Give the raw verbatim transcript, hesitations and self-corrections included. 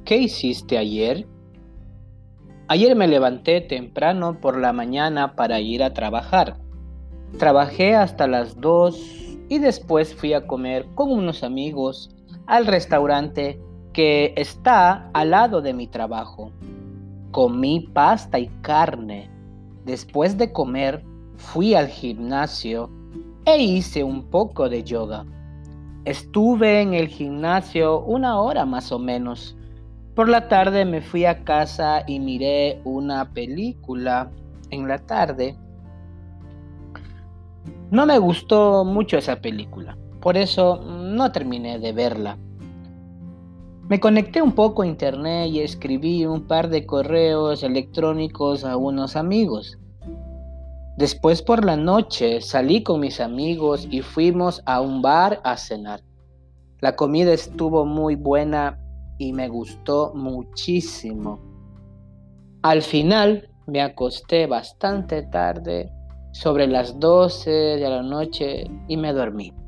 ¿Qué hiciste ayer? Ayer me levanté temprano por la mañana para ir a trabajar. Trabajé hasta las dos y después fui a comer con unos amigos al restaurante que está al lado de mi trabajo. Comí pasta y carne. Después de comer, fui al gimnasio e hice un poco de yoga. Estuve en el gimnasio una hora más o menos. Por la tarde me fui a casa y miré una película en la tarde. No me gustó mucho esa película, por eso no terminé de verla. Me conecté un poco a internet y escribí un par de correos electrónicos a unos amigos. Después por la noche salí con mis amigos y fuimos a un bar a cenar. La comida estuvo muy buena y me gustó muchísimo. Al final me acosté bastante tarde, sobre las doce de la noche, y me dormí.